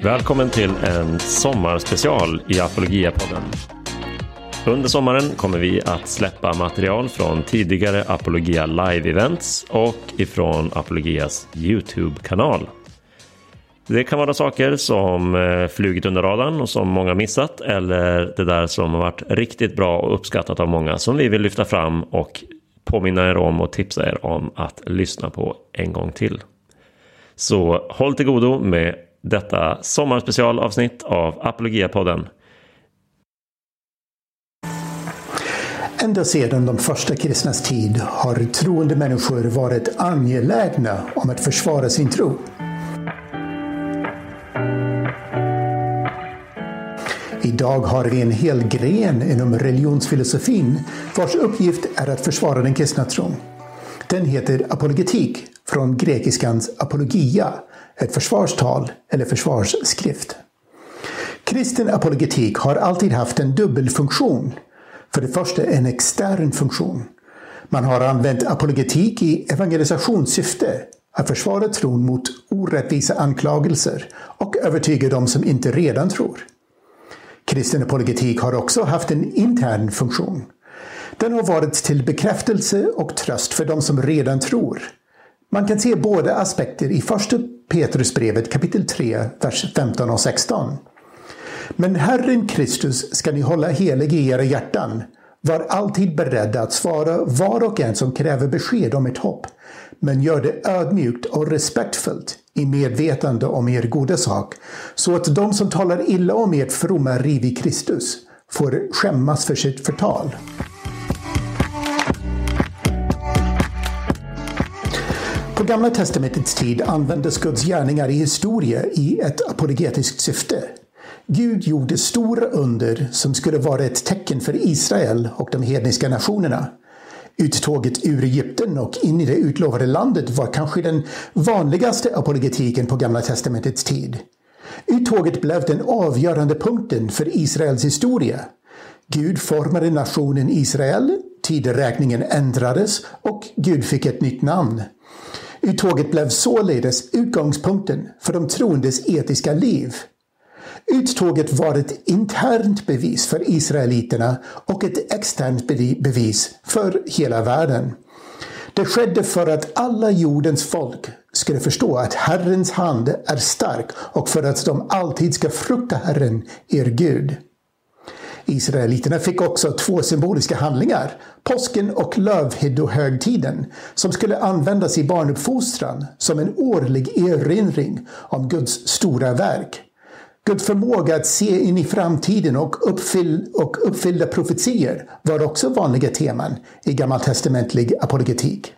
Välkommen till en sommarspecial i Apologia-podden. Under sommaren kommer vi att släppa material från tidigare Apologia Live-events och ifrån Apologias YouTube-kanal. Det kan vara saker som flugit under radarn och som många missat, eller det där som har varit riktigt bra och uppskattat av många som vi vill lyfta fram och påminna er om och tipsa er om att lyssna på en gång till. Så håll till godo med detta sommarspecialavsnitt av Apologia-podden. Ända sedan de första kristnas tid har troende människor varit angelägna om att försvara sin tro. Idag har vi en hel gren inom religionsfilosofin vars uppgift är att försvara den kristna tron. Den heter apologetik, från grekiskans apologia, ett försvarstal eller försvarsskrift. Kristen apologetik har alltid haft en dubbelfunktion. För det första en extern funktion. Man har använt apologetik i evangelisationssyfte, att försvara tron mot orättvisa anklagelser och övertyga dem som inte redan tror. Kristen apologetik har också haft en intern funktion. Den har varit till bekräftelse och tröst för dem som redan tror. Man kan se båda aspekter i första Petrusbrevet kapitel 3, vers 15 och 16. Men Herren Kristus ska ni hålla helig i era hjärtan. Var alltid beredda att svara var och en som kräver besked om ert hopp. Men gör det ödmjukt och respektfullt i medvetande om er goda sak. Så att de som talar illa om ert fromma liv i Kristus får skämmas för sitt förtal. På Gamla testamentets tid användes Guds gärningar i historia i ett apologetiskt syfte. Gud gjorde stora under som skulle vara ett tecken för Israel och de hedniska nationerna. Uttåget ur Egypten och in i det utlovade landet var kanske den vanligaste apologetiken på Gamla testamentets tid. Uttåget blev den avgörande punkten för Israels historia. Gud formade nationen Israel, tideräkningen ändrades och Gud fick ett nytt namn. Uttåget blev således utgångspunkten för de troendes etiska liv. Uttåget var ett internt bevis för israeliterna och ett externt bevis för hela världen. Det skedde för att alla jordens folk skulle förstå att Herrens hand är stark och för att de alltid ska frukta Herren, er Gud. Israeliterna fick också två symboliska handlingar, påsken och lövhyddohögtiden, som skulle användas i barnuppfostran som en årlig erinring om Guds stora verk. Guds förmåga att se in i framtiden och uppfyllda profetier var också vanliga teman i gammaltestamentlig apologetik.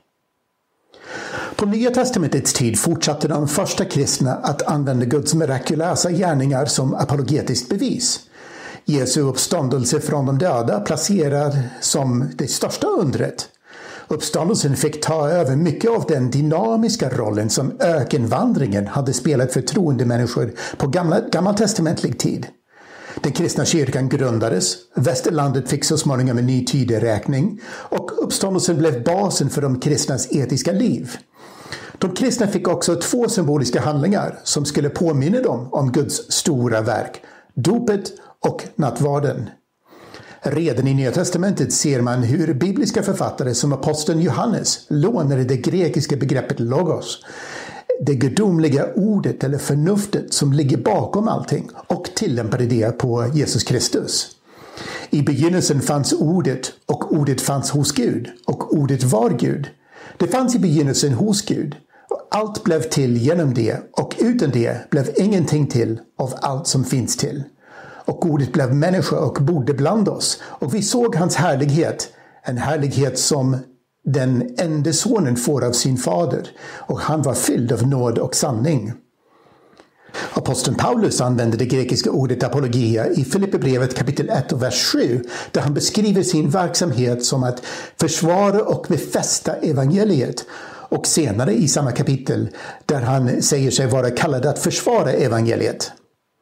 På Nya testamentets tid fortsatte de första kristna att använda Guds mirakulösa gärningar som apologetiskt bevis. Jesu uppståndelse från de döda placerar som det största undret. Uppståndelsen fick ta över mycket av den dynamiska rollen som ökenvandringen hade spelat för troende människor på gammaltestamentlig tid. Den kristna kyrkan grundades, västerlandet fick så småningom en ny tideräkning och uppståndelsen blev basen för de kristnas etiska liv. De kristna fick också två symboliska handlingar som skulle påminna dem om Guds stora verk, dopet och nattvarden. Redan i Nya testamentet ser man hur bibliska författare som aposteln Johannes lånade det grekiska begreppet logos, det gudomliga ordet eller förnuftet som ligger bakom allting, och tillämpade det på Jesus Kristus. I begynnelsen fanns ordet och ordet fanns hos Gud och ordet var Gud. Det fanns i begynnelsen hos Gud. Allt blev till genom det och utan det blev ingenting till av allt som finns till. Och ordet blev människa och bodde bland oss. Och vi såg hans härlighet. En härlighet som den enda sonen får av sin fader. Och han var fylld av nåd och sanning. Aposteln Paulus använde det grekiska ordet apologia i Filipperbrevet kapitel 1 och vers 7. Där han beskriver sin verksamhet som att försvara och befästa evangeliet. Och senare i samma kapitel där han säger sig vara kallad att försvara evangeliet.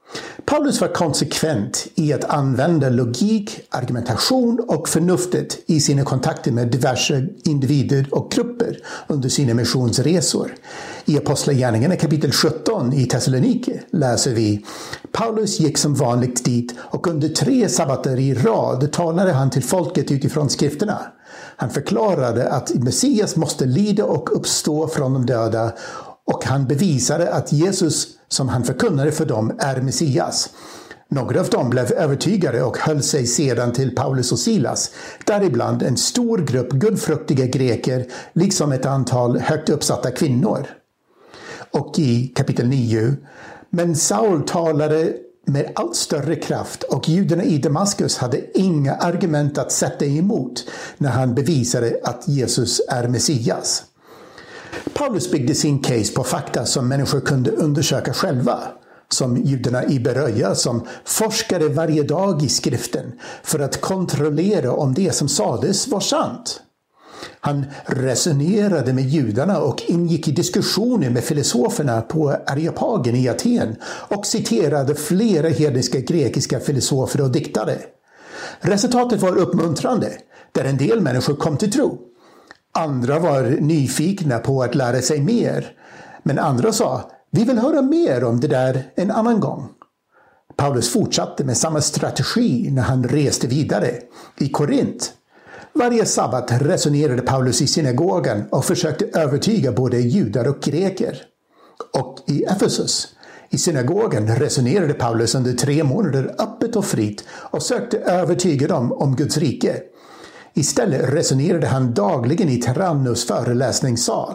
Paulus var konsekvent i att använda logik, argumentation och förnuftet i sina kontakter med diverse individer och grupper under sina missionsresor. I Apostlagärningarna kapitel 17 i Thessalonike läser vi: Paulus gick som vanligt dit och under 3 sabbater i rad talade han till folket utifrån skrifterna. Han förklarade att Messias måste lida och uppstå från de döda, och han bevisade att Jesus som han förkunnade för dem är Messias. Några av dem blev övertygade och höll sig sedan till Paulus och Silas, däribland en stor grupp gudfruktiga greker liksom ett antal högt uppsatta kvinnor. Och i kapitel 9: Men Saul talade med allt större kraft och judarna i Damaskus hade inga argument att sätta emot när han bevisade att Jesus är Messias. Paulus byggde sin case på fakta som människor kunde undersöka själva, som judarna i Beroja som forskade varje dag i skriften för att kontrollera om det som sades var sant. Han resonerade med judarna och ingick i diskussioner med filosoferna på Areopagen i Aten och citerade flera hedniska grekiska filosofer och diktare. Resultatet var uppmuntrande, där en del människor kom till tro. Andra var nyfikna på att lära sig mer, men andra sa: vi vill höra mer om det där en annan gång. Paulus fortsatte med samma strategi när han reste vidare i Korint. Varje sabbat resonerade Paulus i synagogan och försökte övertyga både judar och greker. Och i Efesus, i synagogan, resonerade Paulus under 3 månader öppet och fritt och sökte övertyga dem om Guds rike. Istället resonerade han dagligen i Tyrannus föreläsningssal.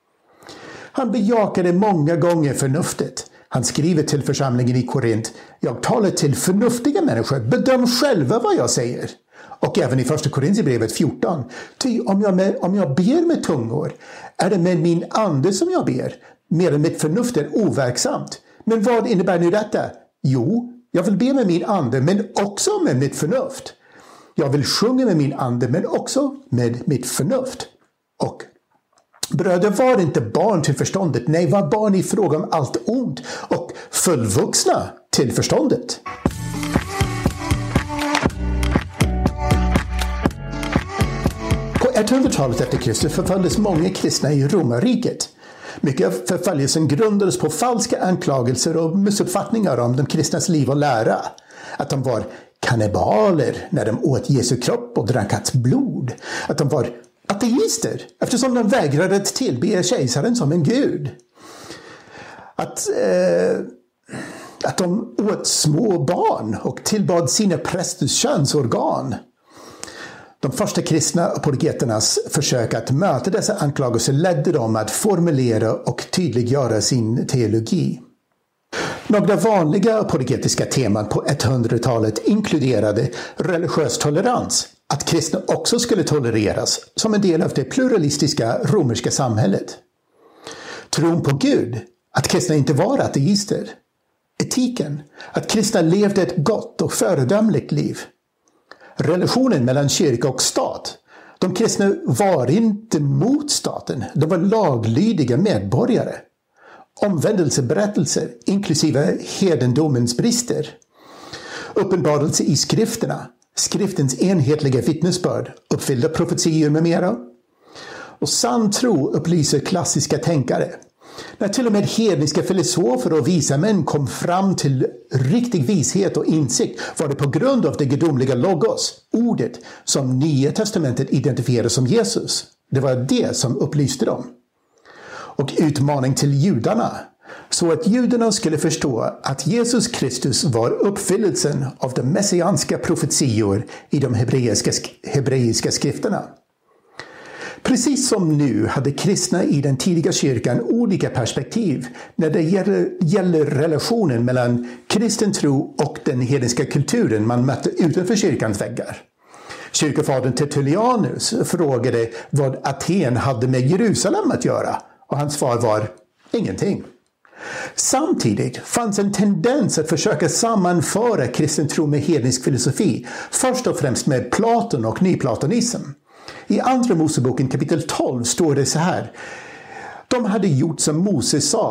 Han bejakade många gånger förnuftet. Han skriver till församlingen i Korint: jag talar till förnuftiga människor, bedöm själva vad jag säger. Och även i första Korinthierbrevet 14: ty om jag ber med tungor, är det med min ande som jag ber, medan mitt förnuft är overksamt. Men vad innebär nu detta? Jo, jag vill be med min ande, men också med mitt förnuft. Jag vill sjunga med min ande, men också med mitt förnuft. Och bröder, var inte barn till förståndet. Nej, var barn i fråga om allt ont, och fullvuxna till förståndet. På 100-talet efter Kristus förföljdes många kristna i Romarriket. Mycket av förföljelsen grundades på falska anklagelser och missuppfattningar om de kristnas liv och lära. Att de var kannibaler när de åt Jesu kropp och drack hans blod. Att de var ateister eftersom de vägrade att tillbe kejsaren som en gud. Att de åt små barn och tillbad sina prästers könsorgan. De första kristna apologeternas försök att möta dessa anklagelser ledde dem att formulera och tydliggöra sin teologi. Några vanliga apologetiska teman på 100-talet inkluderade religiös tolerans, att kristna också skulle tolereras som en del av det pluralistiska romerska samhället. Tron på Gud, att kristna inte var ateister. Etiken, att kristna levde ett gott och föredömligt liv. Relationen mellan kyrka och stat. De kristna var inte mot staten, de var laglydiga medborgare. Omvändelseberättelser, inklusive hedendomens brister. Uppenbarelse i skrifterna, skriftens enhetliga vittnesbörd, uppfyllda profetior med mera. Och sann tro upplyser klassiska tänkare. När till och med hedniska filosofer och visa män kom fram till riktig vishet och insikt var det på grund av det gudomliga logos, ordet som Nya testamentet identifierade som Jesus. Det var det som upplyste dem. Och utmaning till judarna, så att judarna skulle förstå att Jesus Kristus var uppfyllelsen av de messianska profetior i de hebreiska skrifterna. Precis som nu hade kristna i den tidiga kyrkan olika perspektiv när det gäller relationen mellan kristen tro och den hedniska kulturen man mötte utanför kyrkans väggar. Kyrkofadern Tertullianus frågade vad Aten hade med Jerusalem att göra, och hans svar var ingenting. Samtidigt fanns en tendens att försöka sammanföra kristen tro med hednisk filosofi, först och främst med Platon och nyplatonism. I andra Moseboken kapitel 12 står det så här: de hade gjort som Moses sa.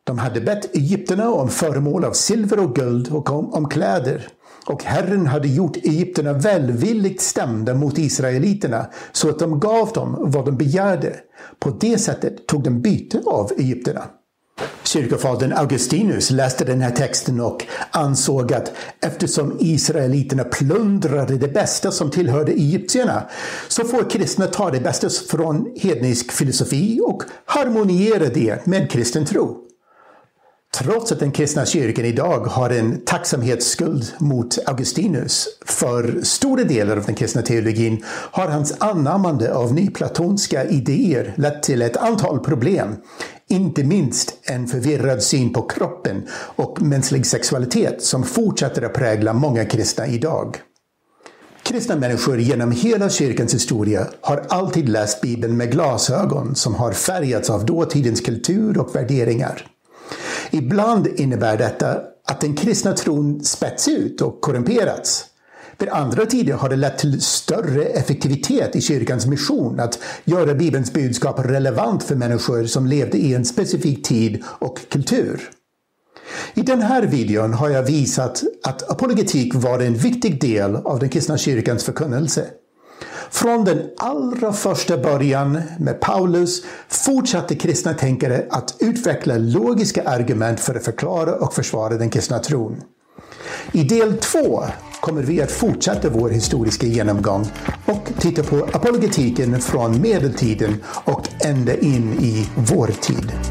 De hade bett egyptierna om föremål av silver och guld och om kläder. Och Herren hade gjort egyptierna välvilligt stämda mot israeliterna så att de gav dem vad de begärde. På det sättet tog de byte av egyptierna. Kyrkofadern Augustinus läste den här texten och ansåg att eftersom israeliterna plundrade det bästa som tillhörde egyptierna så får kristna ta det bästa från hednisk filosofi och harmoniera det med kristen tro. Trots att den kristna kyrkan idag har en tacksamhetsskuld mot Augustinus för stora delar av den kristna teologin har hans anammande av nyplatonska idéer lett till ett antal problem. Inte minst en förvirrad syn på kroppen och mänsklig sexualitet som fortsätter att prägla många kristna idag. Kristna människor genom hela kyrkans historia har alltid läst Bibeln med glasögon som har färgats av dåtidens kultur och värderingar. Ibland innebär detta att den kristna tron spätts ut och korrumperats. Vid andra tider har det lett till större effektivitet i kyrkans mission att göra Bibelns budskap relevant för människor som levde i en specifik tid och kultur. I den här videon har jag visat att apologetik var en viktig del av den kristna kyrkans förkunnelse. Från den allra första början med Paulus fortsatte kristna tänkare att utveckla logiska argument för att förklara och försvara den kristna tron. I del 2 kommer vi att fortsätta vår historiska genomgång och titta på apologetiken från medeltiden och ända in i vår tid.